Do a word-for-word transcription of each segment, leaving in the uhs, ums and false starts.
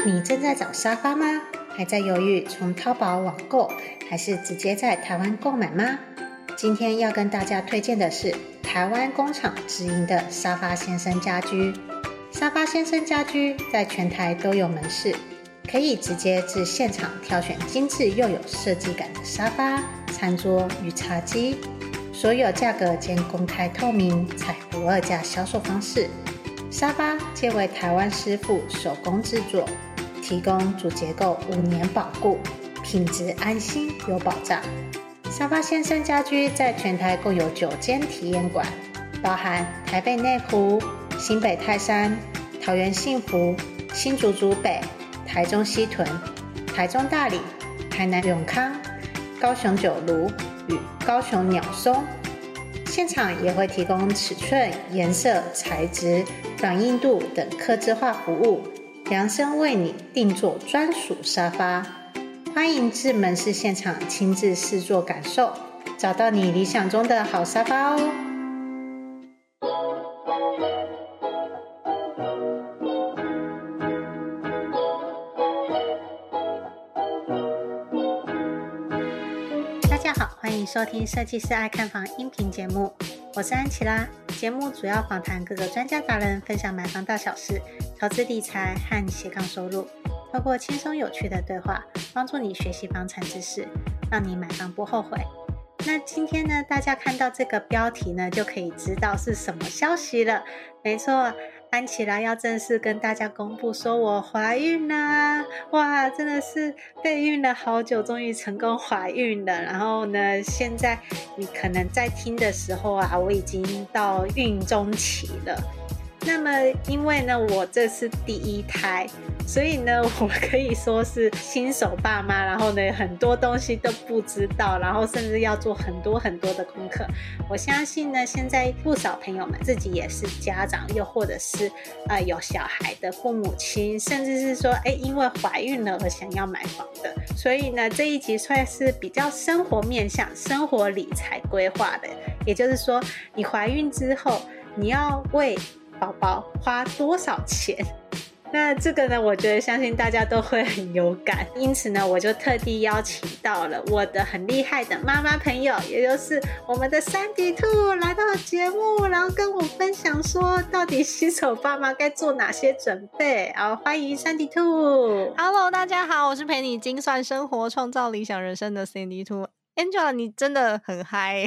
你正在找沙发吗？还在犹豫从淘宝网购还是直接在台湾购买吗？今天要跟大家推荐的是台湾工厂直营的沙发先生家居。沙发先生家居在全台都有门市，可以直接至现场挑选精致又有设计感的沙发、餐桌与茶几，所有价格皆公开透明，采不二价销售方式。沙发皆为台湾师傅手工制作，提供主结构五年保固，品质安心有保障。沙发先生家居在全台共有九间体验馆，包含台北内湖、新北泰山、桃园幸福、新竹竹北、台中西屯、台中大里、台南永康、高雄九如与高雄鸟松。现场也会提供尺寸、颜色、材质、软硬度等客制化服务，量身为你定做专属沙发。欢迎至门市现场亲自试坐感受，找到你理想中的好沙发哦。大家好，欢迎收听设计师爱看房音频节目，我是安琪拉。节目主要访谈各个专家达人，分享买房大小事、投资理财和斜杠收入，透过轻松有趣的对话，帮助你学习房产知识，让你买房不后悔。那今天呢，大家看到这个标题呢，就可以知道是什么消息了。没错，安琪拉要正式跟大家公布说我怀孕啦！哇，真的是备孕了好久，终于成功怀孕了。然后呢，现在你可能在听的时候啊，我已经到孕中期了。那么因为呢我这是第一胎，所以呢我可以说是新手爸妈，然后呢很多东西都不知道，然后甚至要做很多很多的功课。我相信呢现在不少朋友们自己也是家长，又或者是呃有小孩的父母亲，甚至是说诶因为怀孕了而想要买房的。所以呢这一集算是比较生活面向、生活理财规划的，也就是说你怀孕之后你要为宝宝花多少钱？那这个呢，我觉得相信大家都会很有感，因此呢，我就特地邀请到了我的很厉害的妈妈朋友，也就是我们的珊迪兔来到节目，然后跟我分享说，到底新手爸妈该做哪些准备。好，欢迎珊迪兔。 Hello， 大家好，我是陪你精算生活、创造理想人生的珊迪兔。Angela， 你真的很嗨。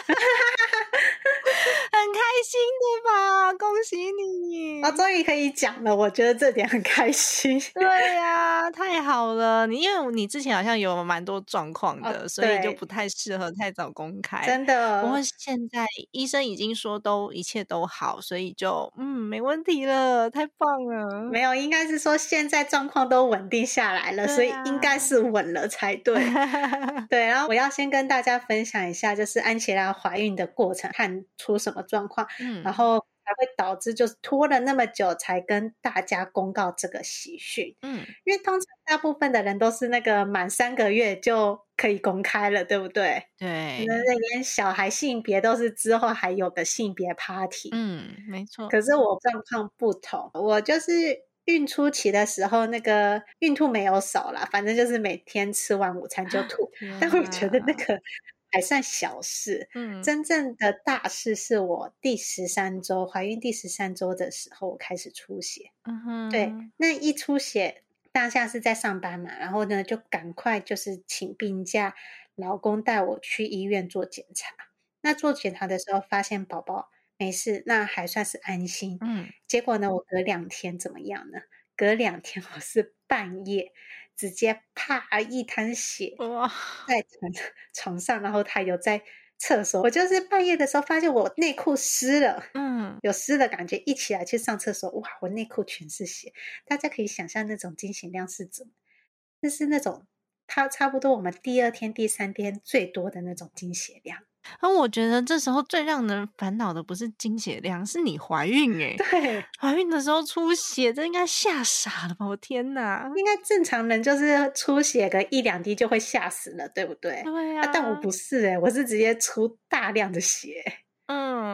很开心对吧？恭喜你！ 我、哦、终于可以讲了，我觉得这点很开心。 对呀、啊，太好了！你因为你之前好像有蛮多状况的、哦，所以就不太适合太早公开。 真的。 不过现在医生已经说都一切都好，所以就嗯没问题了，太棒了。 没有，应该是说现在状况都稳定下来了，啊、所以应该是稳了才对。对，然后我要先跟大家分享一下，就是安琪拉怀孕的过程和出什么状况，嗯，然后才会导致就是拖了那么久才跟大家公告这个喜讯。嗯，因为通常大部分的人都是那个满三个月就可以公开了，对不对？ 对， 那连小孩性别都是之后还有个性别 party。 嗯，没错。 可是我状况不同，我就是孕初期的时候，那个孕吐没有少啦，反正就是每天吃完午餐就吐。但我觉得那个还算小事，嗯，真正的大事是我第十三周怀孕第十三周的时候我开始出血。嗯哼，对，那一出血当下是在上班嘛，然后呢就赶快就是请病假，老公带我去医院做检查。那做检查的时候发现宝宝没事，那还算是安心。嗯，结果呢，我隔两天怎么样呢？隔两天我是半夜直接啪一滩血在床床上，然后他有在厕所，我就是半夜的时候发现我内裤湿了，嗯，有湿的感觉，一起来去上厕所，哇，我内裤全是血。大家可以想象那种经血量是怎么，就是那种它差不多我们第二天、第三天最多的那种经血量。 而我觉得这时候最让人烦恼的不是经血量，是你怀孕欸。 对， 怀孕的时候出血，这应该吓傻了吧？我天哪！ 应该正常人就是出血个一两滴就会吓死了，对不对？ 对啊， 啊但我不是欸，我是直接出大量的血。 嗯，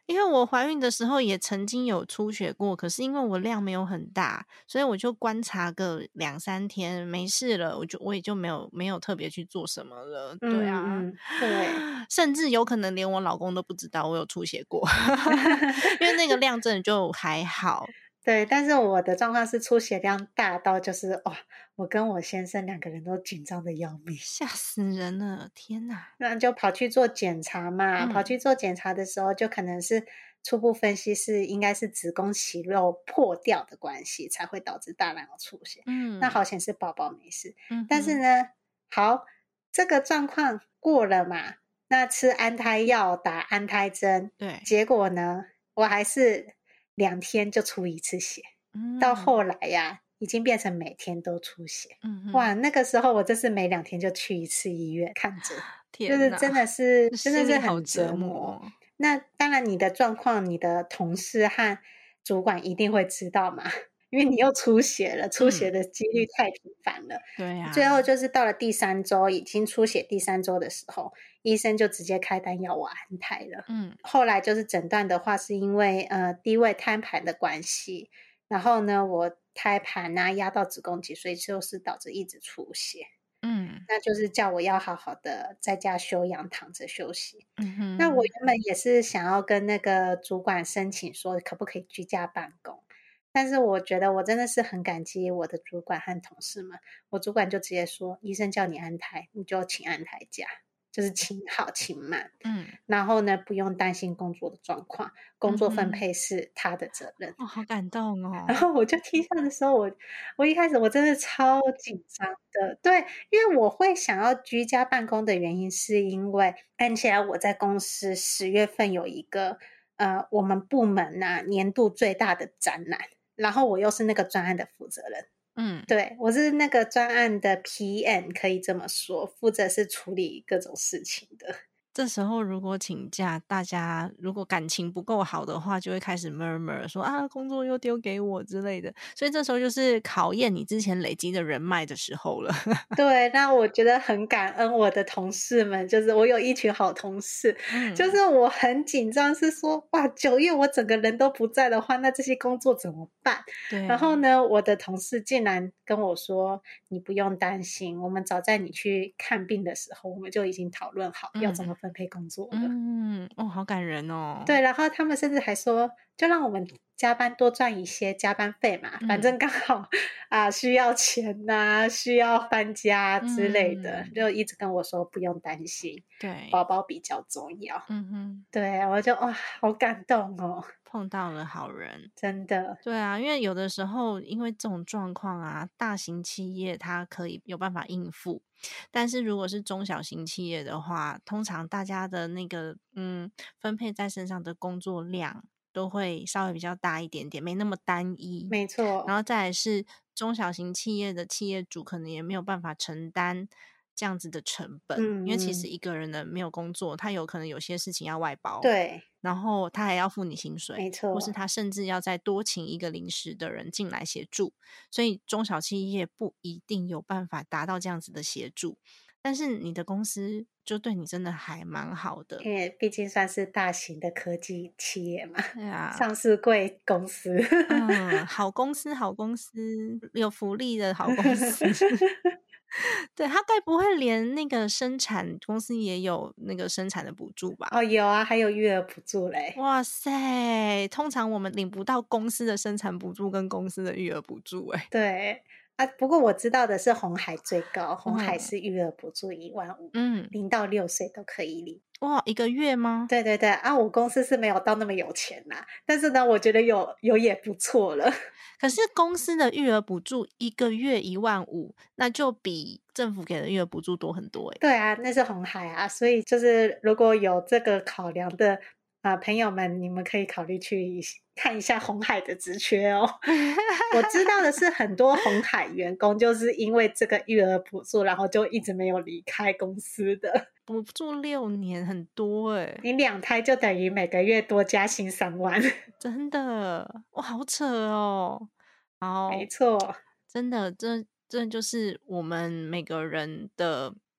因为我怀孕的时候也曾经有出血过，可是因为我量没有很大，所以我就观察个两三天没事了，我就我也就没有没有特别去做什么了。对啊， 嗯嗯，对， 甚至有可能连我老公都不知道我有出血过，因为那个量真的就还好。 对，但是我的状况是出血量大到就是哇，我跟我先生两个人都紧张的要命， 吓死人了，天哪！ 那就跑去做检查嘛， 嗯跑去做检查的时候，就可能是初步分析是应该是子宫息肉破掉的关系，才会导致大量的出血。 嗯， 那好险是宝宝没事， 嗯但是呢，好，这个状况过了嘛，那吃安胎药，打安胎针， 对， 结果呢，我还是两天就出一次血， 嗯到后来呀，已经变成每天都出血。 嗯哇，那个时候我真是每两天就去一次医院看着，就天哪， 是真的是真的心里好是很折折磨。 磨。 那当然，你的状况，你的同事和主管一定会知道嘛，因为你又出血了，出血的几率太频繁了。 对呀、 最后就是到了第三周，已经出血第三周的时候，医生就直接开单要我安胎了。 嗯后来就是诊断的话，是因为呃低位胎盘的关系，然后呢，我胎盘啊压到子宫颈，所以就是导致一直出血。 嗯那就是叫我要好好的在家休养，躺着休息。 嗯哼， 那我原本也是想要跟那个主管申请说，可不可以居家办公？但是我觉得我真的是很感激我的主管和同事们。我主管就直接说，医生叫你安胎，你就请安胎假，就是请好请满。 嗯， 然后呢，不用担心工作的状况，工作分配是他的责任。 哦，好感动哦。 然后我就听到的时候，我我一开始我真的超紧张的，对，因为我会想要居家办公的原因，是因为看起来我在公司十月份有一个呃我们部门呐、啊、年度最大的展览，然后我又是那个专案的负责人， 嗯， 对，我是那个专案的 P M， 可以这么说，负责是处理各种事情的。 这时候如果请假，大家如果感情不够好的话，就会开始 murmur 说啊，工作又丢给我之类的。所以这时候就是考验你之前累积的人脉的时候了。 对，那我觉得很感恩我的同事们，就是我有一群好同事， 嗯， 就是我很紧张，是说哇，九月我整个人都不在的话，那这些工作怎么办？ 对。 然后呢，我的同事竟然跟我说：“你不用担心，我们早在你去看病的时候，我们就已经讨论好要怎么分配工作了。 嗯，哦，好感人哦。 对，然后他们甚至还说，就让我们加班多赚一些加班费嘛， 嗯反正刚好啊需要钱呐、需要搬家之类的， 嗯就一直跟我说不用担心， 对， 宝宝比较重要。 嗯哼， 对，我就哇，好感动哦， 碰到了好人。 真的。 对啊，因为有的时候因为这种状况啊，大型企业它可以有办法应付，但是如果是中小型企业的话，通常大家的那个嗯分配在身上的工作量都会稍微比较大一点点，没那么单一。 没错， 然后再来是中小型企业的企业主可能也没有办法承担这样子的成本， 嗯因为其实嗯一个人呢没有工作，他有可能有些事情要外包， 对， 然后他还要付你薪水， 没错， 或是他甚至要再多请一个临时的人进来协助，所以中小企业不一定有办法达到这样子的协助，但是你的公司就对你真的还蛮好的。 因为毕竟算是大型的科技企业嘛， 对啊， 上市贵公司。 嗯，好公司，好公司，有福利的好公司。对，他该不会连那个生产公司也有那个生产的补助吧？ 哦，有啊，还有育儿补助嘞。 哇塞，通常我们领不到公司的生产补助跟公司的育儿补助欸。 对啊，不过我知道的是红海最高，红海嗯是育儿补助一万五， 嗯， 零到六岁都可以领。 哇，一个月吗？ 对对对，啊，我公司是没有到那么有钱啦，但是呢，我觉得有有也不错了。 可是公司的育儿补助一个月一万五，那就比政府给的育儿补助多很多欸。 对啊，那是红海啊，所以就是如果有这个考量的啊、呃朋友们，你们可以考虑去看一下红海的职缺哦。我知道的是，很多红海员工就是因为这个育儿补助，然后就一直没有离开公司的。 补助六年很多欸， 你两胎就等于每个月多加薪三万， 真的，哇，好扯哦。好， 没错， 真的，这这就是我们每个人的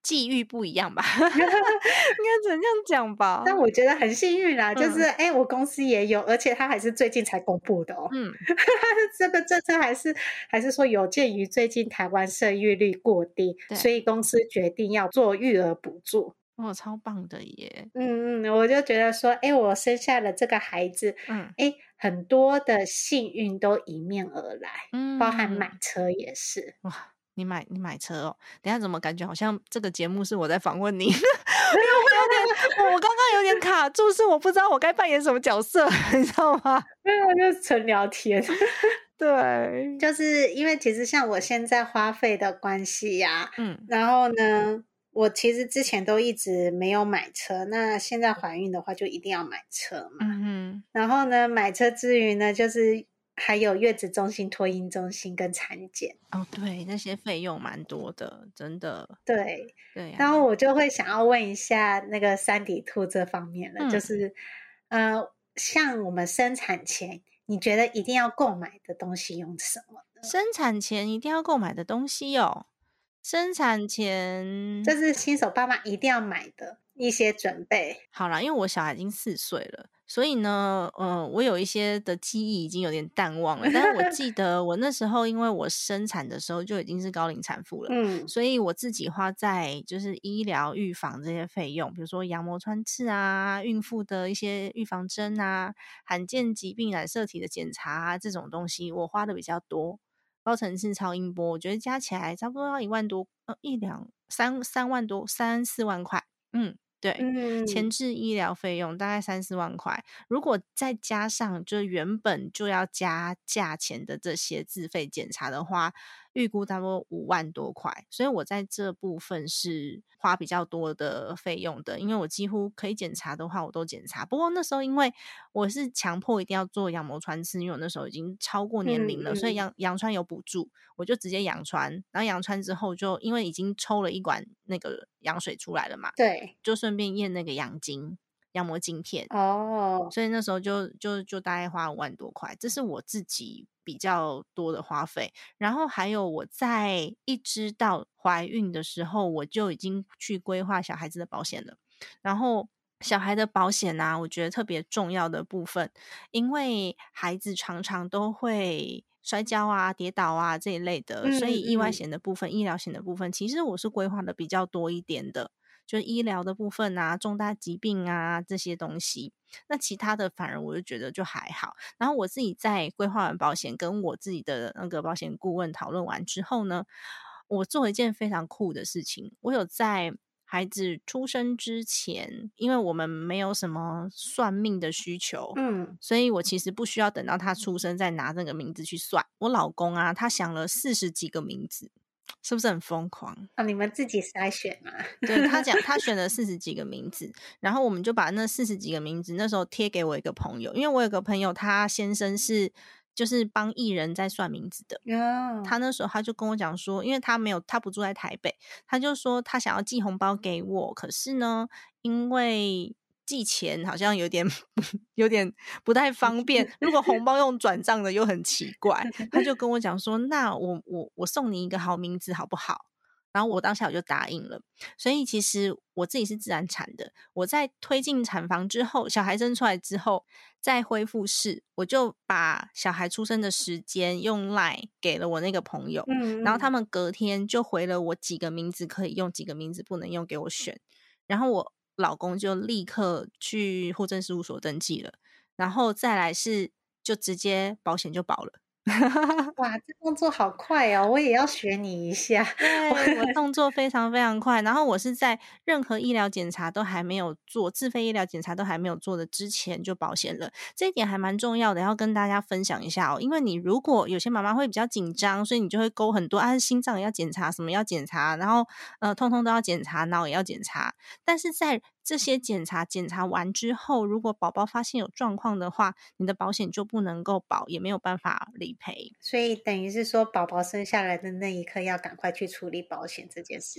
际遇不一样吧，应该只能这样讲吧。 但我觉得很幸运啦，就是嗯哎、欸我公司也有，而且它还是最近才公布的哦。 嗯， 这个政策还是还是说有鉴于最近台湾生育率过低， 对所以公司决定要做育儿补助。 哦，超棒的耶。 嗯嗯，我就觉得说，哎、我生下了这个孩子， 嗯哎、很多的幸运都迎面而来，包含买嗯， 车也是。 哇，你买你买车哦？等一下怎么感觉好像这个节目是我在访问你？因为我有点，我我刚刚有点卡住，是我不知道我该扮演什么角色，你知道吗？ 没有，就是纯聊天。 对， 就是因为其实像我现在花费的关系呀、 嗯然后呢，我其实之前都一直没有买车，那现在怀孕的话就一定要买车嘛。 嗯哼， 然后呢，买车之余呢，就是还有月子中心、托婴中心跟产检。 哦，对，那些费用蛮多的，真的。 对， 对呀、 然后我就会想要问一下那个三底兔这方面了， 嗯就是呃，像我们生产前，你觉得一定要购买的东西有什么？ 生产前一定要购买的东西哦。生产前这是新手爸妈一定要买的一些准备。 好啦，因为我小孩已经四岁了，所以呢，呃，我有一些的记忆已经有点淡忘了。但是我记得我那时候，因为我生产的时候就已经是高龄产妇了， 嗯所以我自己花在就是医疗预防这些费用，比如说羊膜穿刺啊、孕妇的一些预防针啊、罕见疾病染色体的检查啊这种东西，我花的比较多。高层次超音波，我觉得加起来差不多要一万多，呃，一两三三万多，三四万块，嗯。对，前嗯置医疗费用大概三四万块，如果再加上就原本就要加价钱的这些自费检查的话，预估差不多五万多块，所以我在这部分是花比较多的费用的，因为我几乎可以检查的话我都检查。不过那时候因为我是强迫一定要做羊膜穿刺，因为我那时候已经超过年龄了， 嗯所以嗯羊羊穿有补助，我就直接羊穿，然后羊穿之后就因为已经抽了一管那个羊水出来了嘛， 对， 就顺便验那个羊精、羊膜镜片， 哦， 所以那时候就就就大概花五万多块，这是我自己比较多的花费。然后还有我在一知道怀孕的时候，我就已经去规划小孩子的保险了。然后小孩的保险啊，我觉得特别重要的部分，因为孩子常常都会摔跤啊、跌倒啊这一类的， 嗯所以意外嗯险的部分、医疗险的部分，其实我是规划的比较多一点的。就是医疗的部分啊，重大疾病啊这些东西，那其他的反而我就觉得就还好。然后我自己在规划完保险，跟我自己的那个保险顾问讨论完之后呢，我做了一件非常酷的事情，我有在孩子出生之前，因为我们没有什么算命的需求， 嗯， 所以我其实不需要等到他出生再拿那个名字去算。我老公啊，他想了四十几个名字，是不是很疯狂？ 哦，你们自己筛选嘛？ 对，他讲他选了四十几个名字，然后我们就把那四十几个名字那时候贴给我一个朋友，因为我有个朋友他先生是就是帮艺人在算名字的。 哦， 他那时候他就跟我讲说，因为他没有他不住在台北，他就说他想要寄红包给我，可是呢，因为寄钱好像有点有点不太方便，如果红包用转账的又很奇怪，他就跟我讲说，那我我我送你一个好名字好不好？然后我当下我就答应了，所以其实我自己是自然产的，我在推进产房之后，小孩生出来之后，在恢复室，我就把小孩出生的时间用 LINE 给了我那个朋友， 嗯， 然后他们们隔天就回了我几个名字可以用，几个名字不能用给我选，然后我老公就立刻去户政事务所登记了，然后再来是就直接保险就保了。 哇，这动作好快哦，我也要学你一下。 对，我动作非常非常快，然后我是在任何医疗检查都还没有做，自费医疗检查都还没有做的之前就保险了，这一点还蛮重要的，要跟大家分享一下哦。因为你如果有些妈妈会比较紧张，所以你就会勾很多啊，心脏也要检查，什么要检查，然后呃，通通都要检查，脑也要检查。但是在这些检查检查完之后，如果宝宝发现有状况的话，你的保险就不能够保，也没有办法理赔。 所以等于是说，宝宝生下来的那一刻要赶快去处理保险这件事情。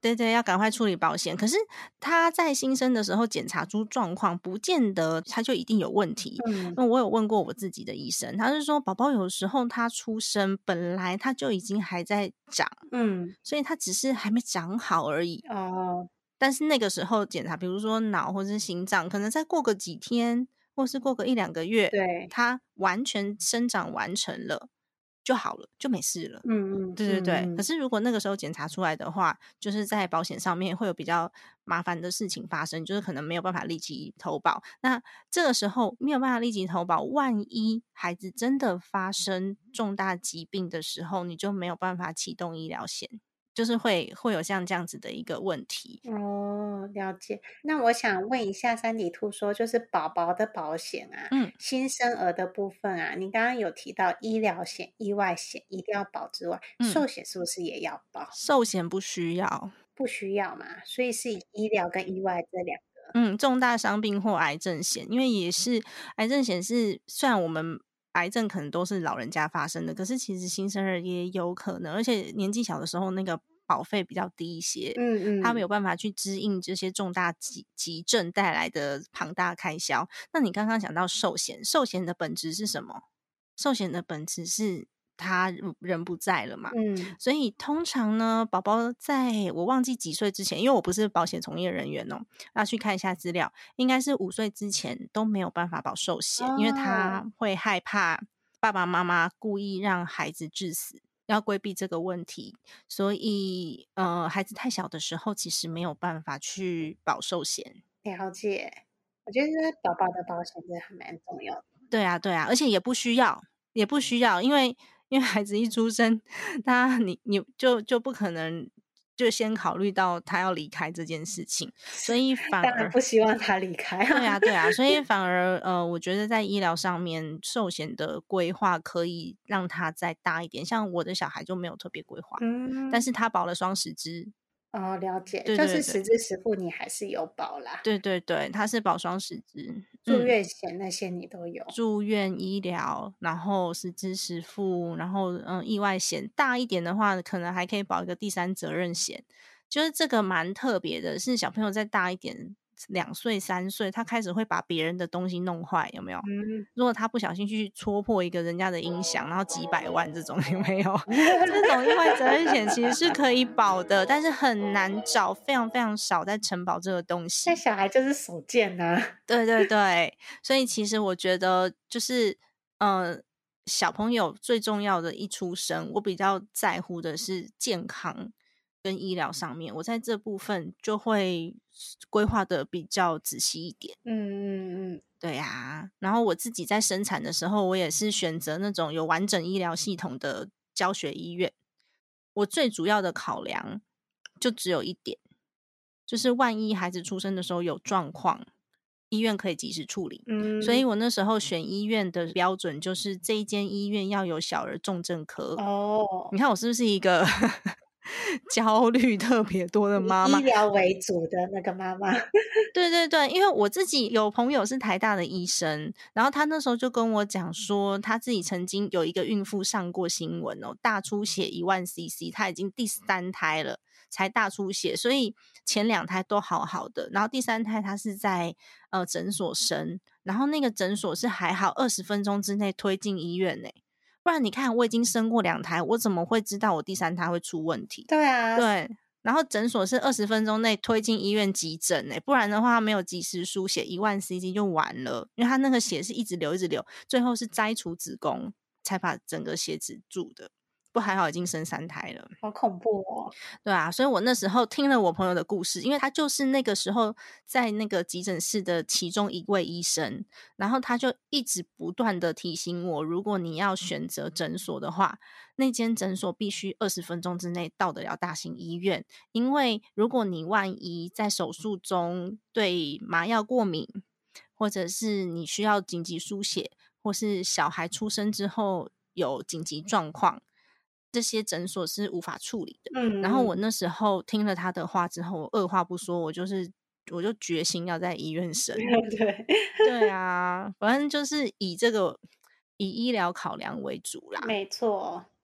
对对，要赶快处理保险。可是他在新生的时候检查出状况，不见得他就一定有问题。 嗯， 那我有问过我自己的医生，他是说宝宝有时候他出生本来他就已经还在长， 嗯， 所以他只是还没长好而已。 哦， 但是那个时候检查，比如说脑或者是心脏，可能再过个几天，或是过个一两个月， 对， 它完全生长完成了就好了，就没事了。 嗯嗯对对对， 嗯嗯， 可是如果那个时候检查出来的话，就是在保险上面会有比较麻烦的事情发生，就是可能没有办法立即投保。那这个时候没有办法立即投保，万一孩子真的发生重大疾病的时候，你就没有办法启动医疗险，就是会会有像这样子的一个问题。 哦，了解。那我想问一下山迪兔说，就是宝宝的保险啊， 嗯新生儿的部分啊，你刚刚有提到医疗险、意外险一定要保之外， 嗯， 寿险是不是也要保？ 寿险不需要。 不需要嘛，所以是以医疗跟意外这两个。 嗯，重大伤病或癌症险，因为也是癌症险是虽然我们癌症可能都是老人家发生的，可是其实新生儿也有可能，而且年纪小的时候那个保费比较低一些， 嗯嗯， 他没有办法去支应这些重大急急症带来的庞大开销。那你刚刚讲到寿险，寿险的本质是什么？寿险的本质是他人不在了嘛， 嗯， 所以通常呢，宝宝在我忘记几岁之前，因为我不是保险从业人员哦，要去看一下资料，应该是五岁之前都没有办法保寿险，因为哦， 他会害怕爸爸妈妈故意让孩子致死，要规避这个问题，所以呃，孩子太小的时候其实没有办法去保寿险。 了解。我觉得宝宝的保险真的还蛮重要的。 对啊，对啊，而且也不需要，也不需要，因为因为孩子一出生，他你你就就不可能就先考虑到他要离开这件事情，所以反当然而不希望他离开对啊， 啊。 对啊，所以反而呃，我觉得在医疗上面，寿险的规划可以让他再大一点。像我的小孩就没有特别规划，但嗯， 是他保了双十支， 哦，了解， 对对对就是实支实付，你还是有保啦。 对对对，他是保双十支，嗯。 住院险那些你都有。 住院医疗，然后实支实付，然后嗯，意外险大一点的话，可能还可以保一个第三责任险，就是这个蛮特别的，是小朋友再大一点，两岁三岁，他开始会把别人的东西弄坏，有没有？ 嗯， 如果他不小心去戳破一个人家的音响，然后几百万这种有没有？这种意外责任险其实是可以保的，但是很难找，非常非常少在承保这个东西。 那小孩就是手贱呐。 对对对，所以其实我觉得就是，呃，小朋友最重要的一出生，我比较在乎的是健康跟医疗上面，我在这部分就会规划的比较仔细一点。 嗯嗯嗯， 对啊，然后我自己在生产的时候，我也是选择那种有完整医疗系统的教学医院。我最主要的考量就只有一点，就是万一孩子出生的时候有状况，医院可以及时处理。所以嗯， 我那时候选医院的标准就是这一间医院要有小儿重症科。 哦， 你看我是不是一个焦虑特别多的妈妈？ 以医疗为主的那个妈妈。 对对对，因为我自己有朋友是台大的医生，然后他那时候就跟我讲说，他自己曾经有一个孕妇上过新闻哦，大出血一万 C C， 她已经第三胎了才大出血，所以前两胎都好好的，然后第三胎她是在呃诊所生，然后那个诊所是还好二十分钟之内推进医院呢，不然你看我已经生过两胎，我怎么会知道我第三胎会出问题？ 对啊， 对，然后诊所是二十分钟内推进医院急诊欸，不然的话没有及时输血一万 C C 就完了，因为他那个血是一直流一直流，最后是摘除子宫才把整个血止住的。不还好已经生三胎了。 好恐怖哦。 对啊，所以我那时候听了我朋友的故事，因为他就是那个时候在那个急诊室的其中一位医生，然后他就一直不断的提醒我，如果你要选择诊所的话，那间诊所必须二十分钟之内到得了大型医院，因为如果你万一在手术中对麻药过敏，或者是你需要紧急输血，或是小孩出生之后有紧急状况，这些诊所是无法处理的。然后我嗯， 那时候听了他的话之后，我二话不说，我就是我就决心要在医院生。 对， 对啊，反正就是以这个以医疗考量为主啦。 没错。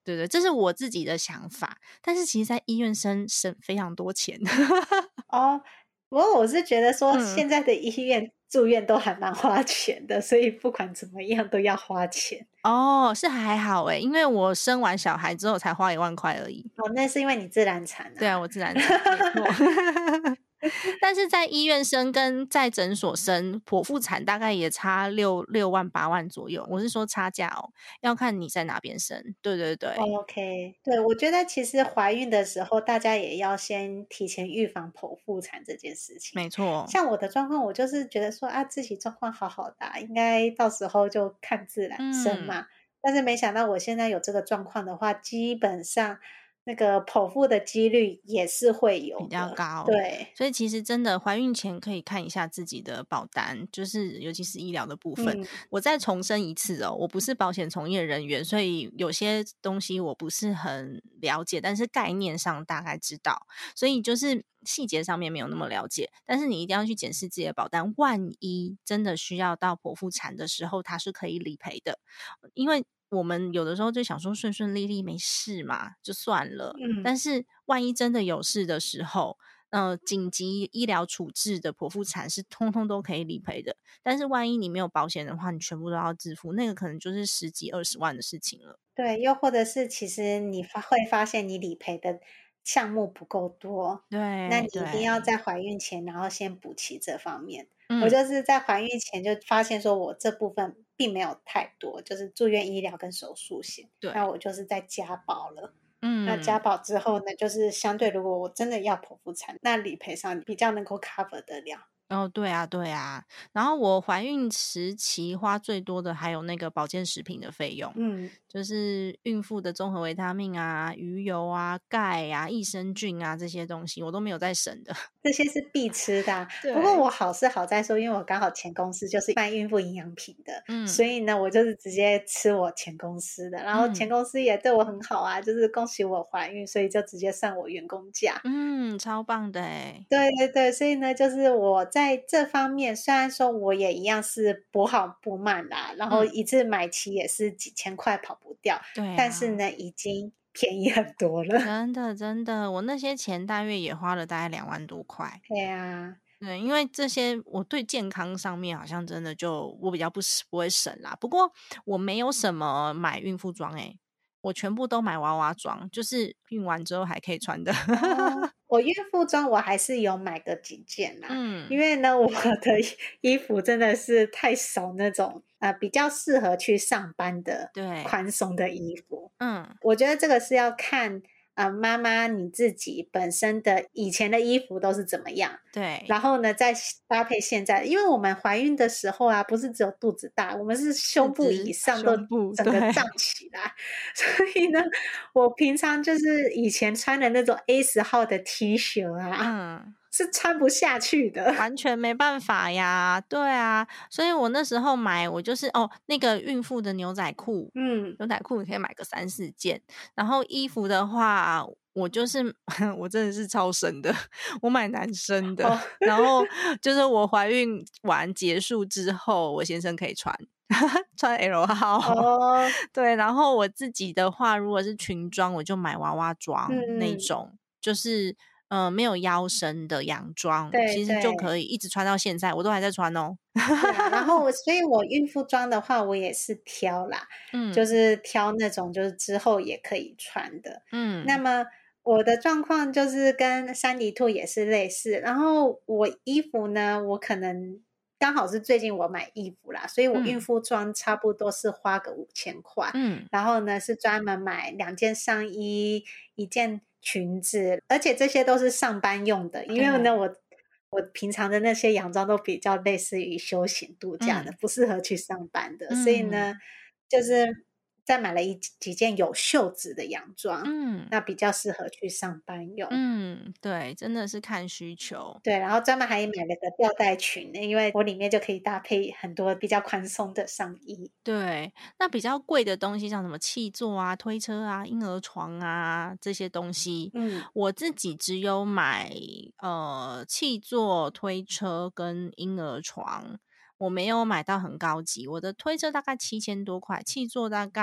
对对，这是我自己的想法，但是其实在医院生省非常多钱。 哦，不过我是觉得说嗯。 现在的医院住院都还蛮花钱的，所以不管怎么样都要花钱。 哦，是还好诶，因为我生完小孩之后才花一万块而已。 哦，那是因为你自然产对啊， 啊。 我自然产，没错。但是在医院生跟在诊所生，剖腹产大概也差六六万八万左右，我是说差价哦，要看你在哪边生，对对对。 OK，对，我觉得其实怀孕的时候，大家也要先提前预防剖腹产这件事情。 没错。 像我的状况，我就是觉得说啊，自己状况好好的啊，应该到时候就看自然生嗯。 嘛。但是没想到我现在有这个状况的话，基本上那个剖腹的几率也是会比有的， 较高， 对。 所以其实真的怀孕前可以看一下自己的保单，就是尤其是医疗的部分。 嗯。 我再重申一次哦，我不是保险从业人员，所以有些东西我不是很了解，但是概念上大概知道，所以就是细节上面没有那么了解，但是你一定要去检视自己的保单，万一真的需要到剖腹产的时候，它是可以理赔的。因为我们有的时候就想说顺顺利利没事嘛，就算了， 嗯。 但是万一真的有事的时候，呃，紧急医疗处置的剖腹产是通通都可以理赔的，但是万一你没有保险的话，你全部都要自付，那个可能就是十几二十万的事情了。 对，又或者是其实你发会发现你理赔的项目不够多，那你对一定要对。 在怀孕前，然后先补齐这方面。我嗯。 就是在怀孕前就发现说我这部分并没有太多，就是住院医疗跟手术险，那对。 我就是在加保了。那加嗯。 保之后呢，就是相对如果我真的要剖腹产，那理赔上比较能够 cover 得了。 哦，对啊对啊，然后我怀孕时期花最多的还有那个保健食品的费用， 嗯。 就是孕妇的综合维他命啊、鱼油啊、钙啊、益生菌啊这些东西，我都没有在省的。 这些是必吃的啊，不过对。 我好是好在说，因为我刚好前公司就是卖孕妇营养品的，所嗯。 以呢，我就是直接吃我前公司的，然后前嗯。 公司也对我很好啊，就是恭喜我怀孕，所以就直接算我员工假。 嗯，超棒的诶。 对对对，所以呢，就是我在这方面，虽然说我也一样是不好不慢啦，然后嗯。 一次买齐也是几千块跑不掉， 对啊。 但是呢，已经便宜很多了。 真的真的，我那些钱大约也花了大概两万多块。 对啊。 对，因为这些我对健康上面好像真的就我比较不不会省啦，不过我没有什么买孕妇装诶，我全部都买娃娃装，就是孕完之后还可以穿的。 哦，我孕妇装我还是有买个几件啦，因嗯。 为呢，我的衣服真的是太少那种，呃，比较适合去上班的对。 宽松的衣服。 嗯。 我觉得这个是要看，呃，妈妈你自己本身的以前的衣服都是怎么样， 对。 然后呢，再搭配现在因为我们怀孕的时候啊，不是只有肚子大，我们是四胸部以肢、 上都胸部，对。 整个胀起来，所以呢，我平常就是以前穿的那种 A 十号的 T 恤啊， 嗯。 是穿不下去的。 完全没办法呀，对啊，所以我那时候买我就是哦，那个孕妇的牛仔裤， 嗯。 牛仔裤你可以买个三四件，然后衣服的话，我就是我真的是超省的，我买男生的， 哦。 然后就是我怀孕完结束之后，我先生可以穿，穿 L 号。 哦。 对，然后我自己的话，如果是裙装，我就买娃娃装那嗯嗯。 种，就是呃没有腰身的洋装， 对其实就可对。 以一直穿到现在，我都还在穿哦。 对啊，然后我所以我孕妇装的话，我也是挑啦，就嗯。 是挑那种就是之后也可以穿的。那嗯。 么我的状况就是跟珊迪兔也是类似，然后我衣服呢，我可能刚好是最近我买衣服啦，所以我孕嗯。 妇装差不多是花个五千块， 嗯。 然后呢，是专门买两件上衣，一件裙子，而且这些都是上班用的，因为呢， 对。 我我平常的那些洋装都比较类似于休闲度假的， 嗯。 不适合去上班的，所以呢， 嗯。 就是再买了一几件有袖子的洋装， 嗯。 那比较适合去上班用。 嗯，对，真的是看需求。 对，然后专门还买了个吊带裙，因为我里面就可以搭配很多比较宽松的上衣。 对，那比较贵的东西像什么汽座啊、推车啊、婴儿床啊这些东西， 嗯。 我自己只有买呃汽座、推车跟婴儿床，我没有买到很高级，我的推车大概七千多块，汽座大概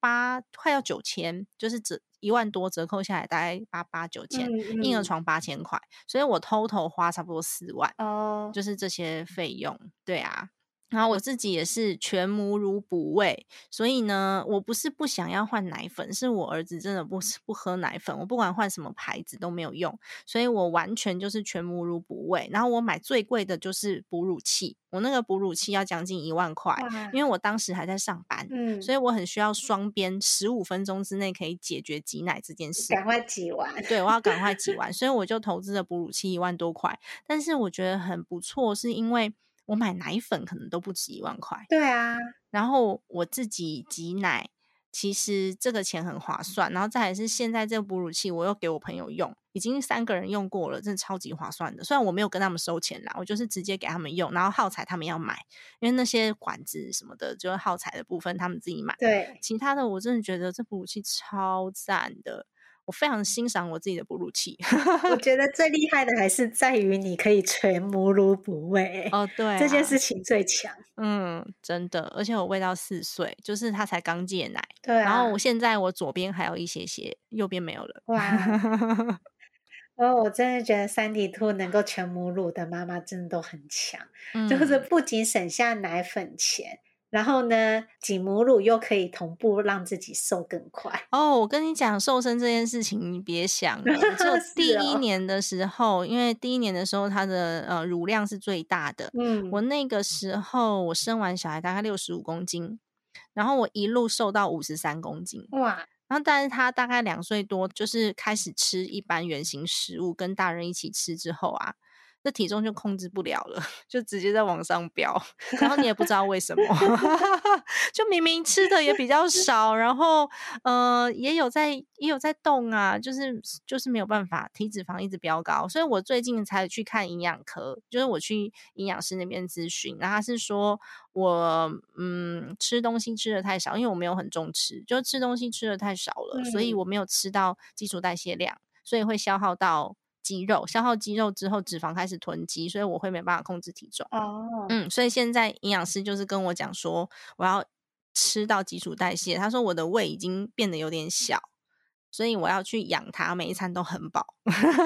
八快要九千，就是折一万多折扣下来大概八八九千，婴儿床八千块，所以我 total 花差不多四万哦， 就是这些费用。对啊。然后我自己也是全母乳哺喂，所以呢，我不是不想要换奶粉，是我儿子真的不不喝奶粉，我不管换什么牌子都没有用，所以我完全就是全母乳哺喂。然后我买最贵的就是哺乳器，我那个哺乳器要将近一万块，因为我当时还在上班，嗯，所以我很需要双边十五分钟之内可以解决挤奶这件事， 赶快挤完。 对，我要赶快挤完，所以我就投资了哺乳器一万多块。但是我觉得很不错，是因为我买奶粉可能都不止一万块。 对啊， 然后我自己挤奶，其实这个钱很划算。然后再来是现在这个哺乳器，我又给我朋友用，已经三个人用过了，真的超级划算的。虽然我没有跟他们收钱啦，我就是直接给他们用，然后耗材他们要买，因为那些管子什么的，就是耗材的部分他们自己买。 对， 其他的我真的觉得这哺乳器超赞的。我非常欣赏我自己的哺乳器。 我觉得最厉害的还是在于你可以全母乳哺喂哦，对、啊， 这件事情最强。 嗯，真的，而且我喂到四岁，就是他才刚戒奶。 对啊， 然后我现在我左边还有一些些，右边没有了。 哇！哦，我真的觉得三迪兔能够全母乳的妈妈真的都很强，嗯、就是不仅省下奶粉钱。然后呢，挤母乳又可以同步让自己瘦更快。 哦，我跟你讲，瘦身这件事情你别想了，就第一年的时候，哦、因为第一年的时候它的呃乳量是最大的。嗯，我那个时候我生完小孩大概六十五公斤，然后我一路瘦到五十三公斤。哇！然后但是他大概两岁多，就是开始吃一般原型食物，跟大人一起吃之后啊。这体重就控制不了了，就直接在往上飙，然后你也不知道为什么，就明明吃的也比较少，然后呃也有在也有在动啊，就是就是没有办法，体脂肪一直飙高，所以我最近才去看营养科，就是我去营养师那边咨询，然后他是说我嗯吃东西吃的太少，因为我没有很重吃，就吃东西吃的太少了，嗯、所以我没有吃到基础代谢量，所以会消耗到肌肉，消耗肌肉之后脂肪开始囤积，所以我会没办法控制体重。哦，嗯，所以现在营养师就是跟我讲说我要吃到基础代谢，他说我的胃已经变得有点小，所以我要去养它，每一餐都很饱。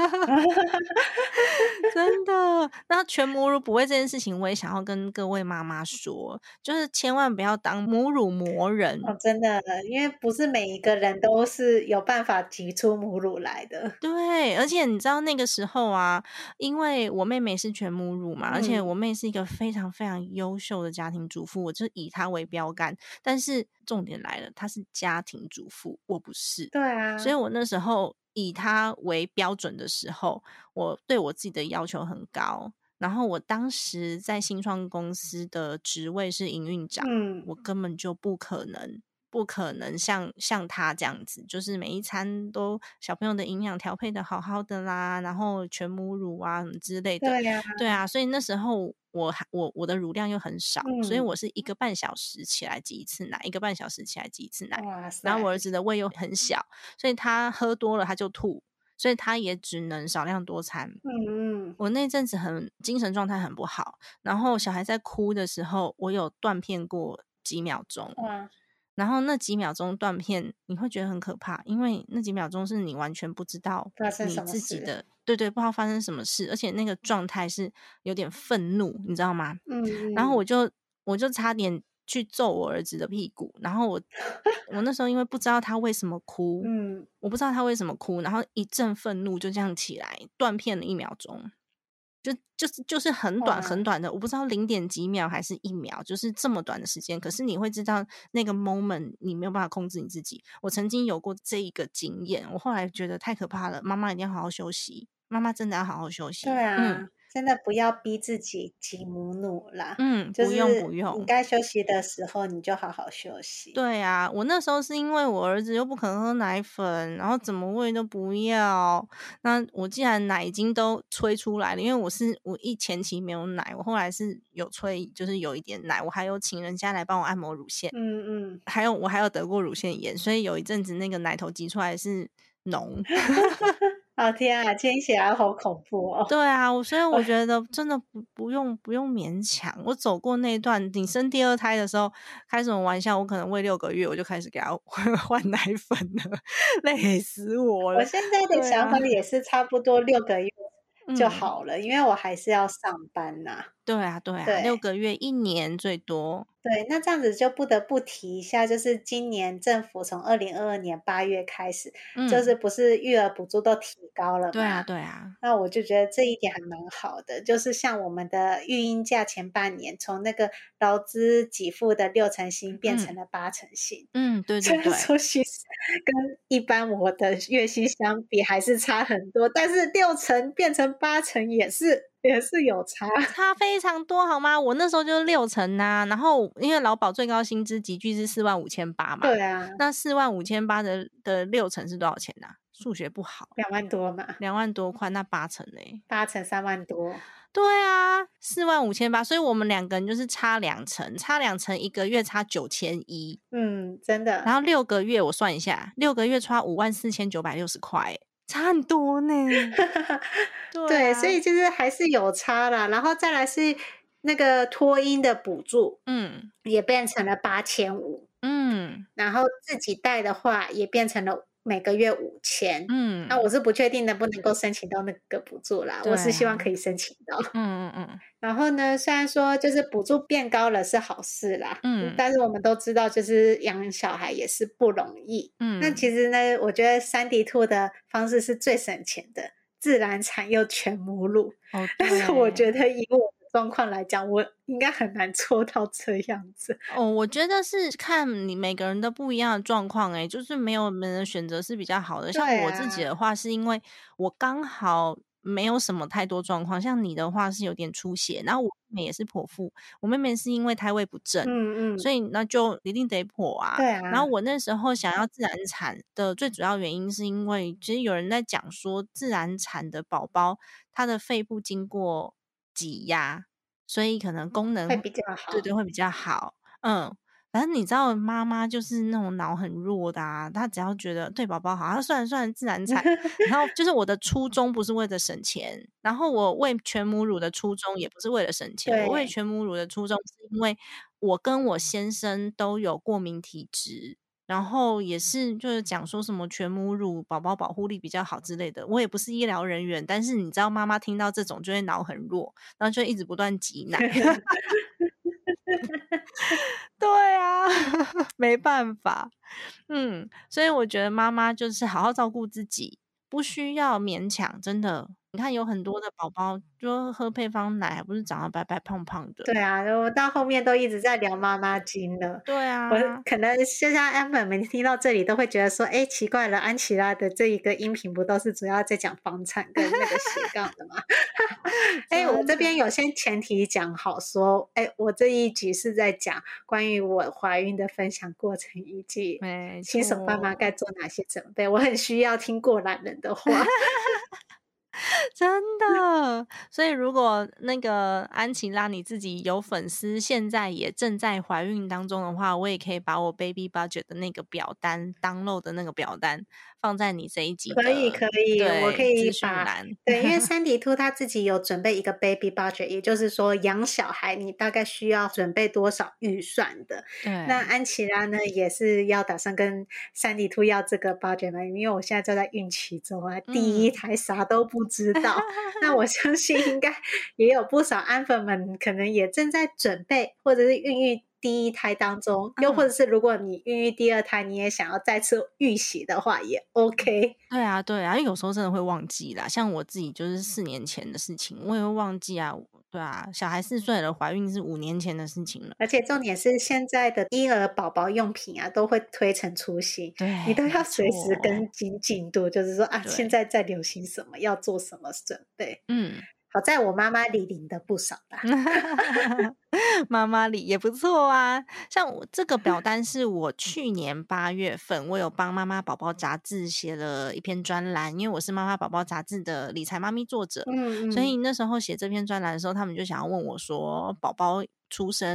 真的，那全母乳哺喂这件事情我也想要跟各位妈妈说，就是千万不要当母乳魔人。 哦，真的，因为不是每一个人都是有办法挤出母乳来的。 对，而且你知道那个时候啊，因为我妹妹是全母乳嘛，嗯、而且我妹是一个非常非常优秀的家庭主妇，我就以她为标杆。但是重点来了，她是家庭主妇，我不是。 对啊， 所以我那时候以她为标准的时候，我对我自己的要求很高。然后我当时在新创公司的职位是营运长，嗯、我根本就不可能。不可能像像他这样子，就是每一餐都小朋友的营养调配的好好的啦，然后全母乳啊什么之类的。 对啊， 对啊，所以那时候我我我的乳量又很少，嗯、所以我是一个半小时起来挤一次奶，一个半小时起来挤一次奶。哇塞！然后我儿子的胃又很小，所以他喝多了他就吐，所以他也只能少量多餐。嗯嗯，我那阵子很精神状态很不好，然后小孩在哭的时候，我有断片过几秒钟。哇！然后那几秒钟断片你会觉得很可怕，因为那几秒钟是你完全不知道你自己的，对对，不知道发生什么事，而且那个状态是有点愤怒，你知道吗？嗯，然后我就我就差点去揍我儿子的屁股，然后我我那时候因为不知道他为什么哭，嗯，我不知道他为什么哭，然后一阵愤怒就这样起来，断片了一秒钟。就就是就是很短很短的，我不知道零点几秒还是一秒，就是这么短的时间。可是你会知道那个 moment 你没有办法控制你自己。我曾经有过这一个经验，我后来觉得太可怕了，妈妈一定要好好休息，妈妈真的要好好休息。 对啊，嗯、真的不要逼自己挤母乳啦。 嗯，不用不用， 你该休息的时候你就好好休息。 对啊，我那时候是因为我儿子又不肯喝奶粉，然后怎么喂都不要。那我既然奶已经都催出来了，因为我是我一前期没有奶，我后来是有催，就是有一点奶，我还有请人家来帮我按摩乳腺。嗯嗯，还有我还有得过乳腺炎，所以有一阵子那个奶头挤出来是脓。 哦天啊，听起来好恐怖哦。 对啊，我所以我觉得真的不不用不用勉强。我走过那一段，你生第二胎的时候，开什么玩笑？我可能喂六个月，我就开始给他换奶粉了，累死我了。 我现在的想法也是差不多六个月就好了，嗯、因为我还是要上班呐、啊。 对啊，对啊， 对， 六个月一年最多。 对，那这样子就不得不提一下，就是今年政府从二零二二年八月开始，嗯、就是不是育儿补助都提高了嘛？ 对啊，对啊。 那我就觉得这一点还蛮好的，就是像我们的育婴假前半年，从那个劳资给付的六成薪变成了八成薪。 嗯，对对对。 说其实跟一般我的月薪相比还是差很多，但是六成变成八成也是。也是有差， 差非常多，好吗？我那时候就是六成啊，然后因为劳保最高薪资集聚是四万五千八嘛， 对啊， 那四万五千八的的六成是多少钱啊？数学不好， 两万多嘛， 两万多块，那八成嘞？ 八成三万多， 对啊，四万五千八，所以我们两个人就是差两成，差两成，一个月差九千一， 嗯，真的。 然后六个月我算一下，六个月差五万四千九百六十块。差很多呢。对、啊、 对，所以就是还是有差啦。然后再来是那个托婴的补助，嗯，也变成了八千五，嗯，然后自己带的话也变成了每个月五千，嗯，那我是不确定能不能够申请到那个补助啦，啊、我是希望可以申请到，嗯嗯嗯。然后呢，虽然说就是补助变高了是好事啦，嗯，但是我们都知道，就是养小孩也是不容易，嗯，那其实呢，我觉得三 D 兔的方式是最省钱的，自然产又全母乳，哦，但是我觉得以我的状况来讲，我应该很难做到这样子。 哦，我觉得是看你每个人的不一样的状况，哎，就是没有人的选择是比较好的。像我自己的话，是因为我刚好没有什么太多状况，像你的话是有点出血，然后我妹妹也是剖腹，我妹妹是因为胎位不正，嗯嗯，所以那就一定得剖啊。 对啊。 然后我那时候想要自然产的最主要原因是因为，其实有人在讲说，自然产的宝宝他的肺部经过挤压，所以可能功能会比较好， 对对，会比较好。嗯。反正你知道妈妈就是那种脑很弱的啊，她只要觉得对宝宝好，她算了算了自然产。然后就是我的初衷不是为了省钱，然后我喂全母乳的初衷也不是为了省钱，我喂全母乳的初衷是因为我跟我先生都有过敏体质，然后也是就是讲说什么全母乳宝宝保护力比较好之类的，我也不是医疗人员，但是你知道妈妈听到这种就会脑很弱，然后就一直不断挤奶。对啊，没办法，嗯，所以我觉得妈妈就是好好照顾自己，不需要勉强，真的。你看有很多的宝宝就喝配方奶，还不是长得白白胖胖的。 对啊，我到后面都一直在聊妈妈经了。 对啊， 我可能就像安粉们听到这里都会觉得说，哎，奇怪了，安琪拉的这一个音频不都是主要在讲房产跟那个斜杠的吗？哎，我这边有先前提讲好说，哎，我这一集是在讲关于我怀孕的分享过程以及新手爸妈该做哪些准备，我很需要听过来人的话。 真的，所以如果那个安琪拉你自己有粉丝现在也正在怀孕当中的话，我也可以把我 baby budget 的那个表单 download 的那个表单放在你这一集的可以可以，我可以把对，因为三 D 兔他自己有准备一个 baby budget， 也就是说养小孩你大概需要准备多少预算的。 对， 那安琪拉呢也是要打算跟三 D 兔要这个 budget 嘛，因为我现在就在孕期中啊，嗯、第一胎啥都不知道。那我相信应该也有不少安粉们可能也正在准备或者是孕育第一胎当中，又或者是如果你孕育第二胎你也想要再次预习的话也 OK。 对啊对啊，因为有时候真的会忘记啦，像我自己就是四年前的事情我也会忘记啊。对啊，小孩四岁了，怀孕是五年前的事情了。 而且重点是现在的婴儿宝宝用品啊都会推陈出新， 对， 你都要随时跟进进度，就是说啊现在在流行什么，要做什么准备。嗯，好在我妈妈里领的不少啦。 妈妈里也不错啊，像我这个表单是我去年八月份我有帮妈妈宝宝杂志写了一篇专栏，因为我是妈妈宝宝杂志的理财妈咪作者，嗯嗯，所以那时候写这篇专栏的时候他们就想要问我说宝宝出生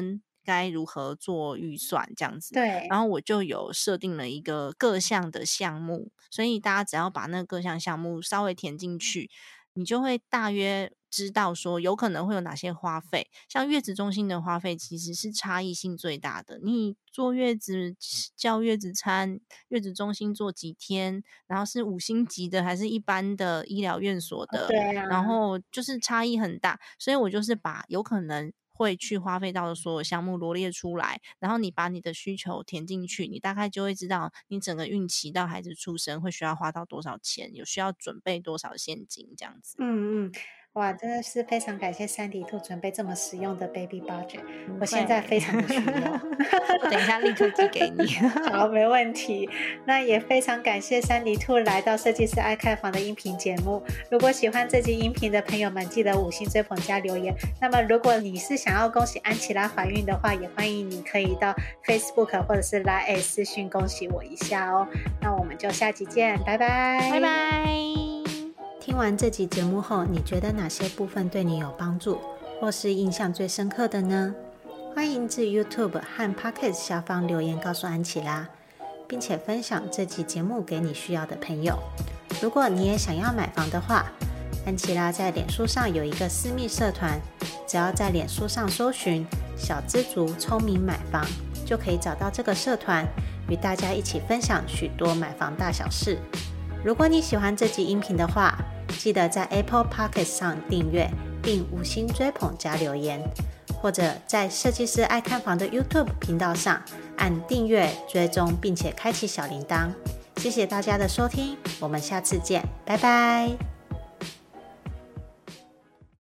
该如何做预算这样子。 对， 然后我就有设定了一个各项的项目，所以大家只要把那各项项目稍微填进去，你就会大约知道说有可能会有哪些花费。像月子中心的花费其实是差异性最大的，你坐月子叫月子餐，月子中心做几天，然后是五星级的还是一般的医疗院所的， 对啊， 然后就是差异很大，所以我就是把有可能会去花费到的所有项目罗列出来，然后你把你的需求填进去，你大概就会知道你整个孕期到孩子出生会需要花到多少钱，有需要准备多少现金这样子。 嗯嗯，哇，真的是非常感谢珊迪兔准备这么实用的 baby budget， 不我现在会非常的需要。 我等一下立刻寄给你。 好，没问题。那也非常感谢珊迪兔来到设计师爱看房的音频节目。如果喜欢这集音频的朋友们，记得五星追捧加留言。那么如果你是想要恭喜安琪拉怀孕的话，也欢迎你可以到 Facebook 或者是 Line 私讯恭喜我一下哦。那我们就下集见，拜拜， 拜拜。 听完这集节目后，你觉得哪些部分对你有帮助，或是印象最深刻的呢？欢迎至 YouTube 和 Podcast 下方留言告诉安琪拉，并且分享这集节目给你需要的朋友。如果你也想要买房的话，安琪拉在脸书上有一个私密社团，只要在脸书上搜寻小资族聪明买房，就可以找到这个社团，与大家一起分享许多买房大小事。如果你喜欢这集音频的话，记得在 Apple Podcast 上订阅并五星追捧加留言，或者在设计师爱看房的 YouTube 频道上按订阅追踪，并且开启小铃铛。谢谢大家的收听，我们下次见，拜拜。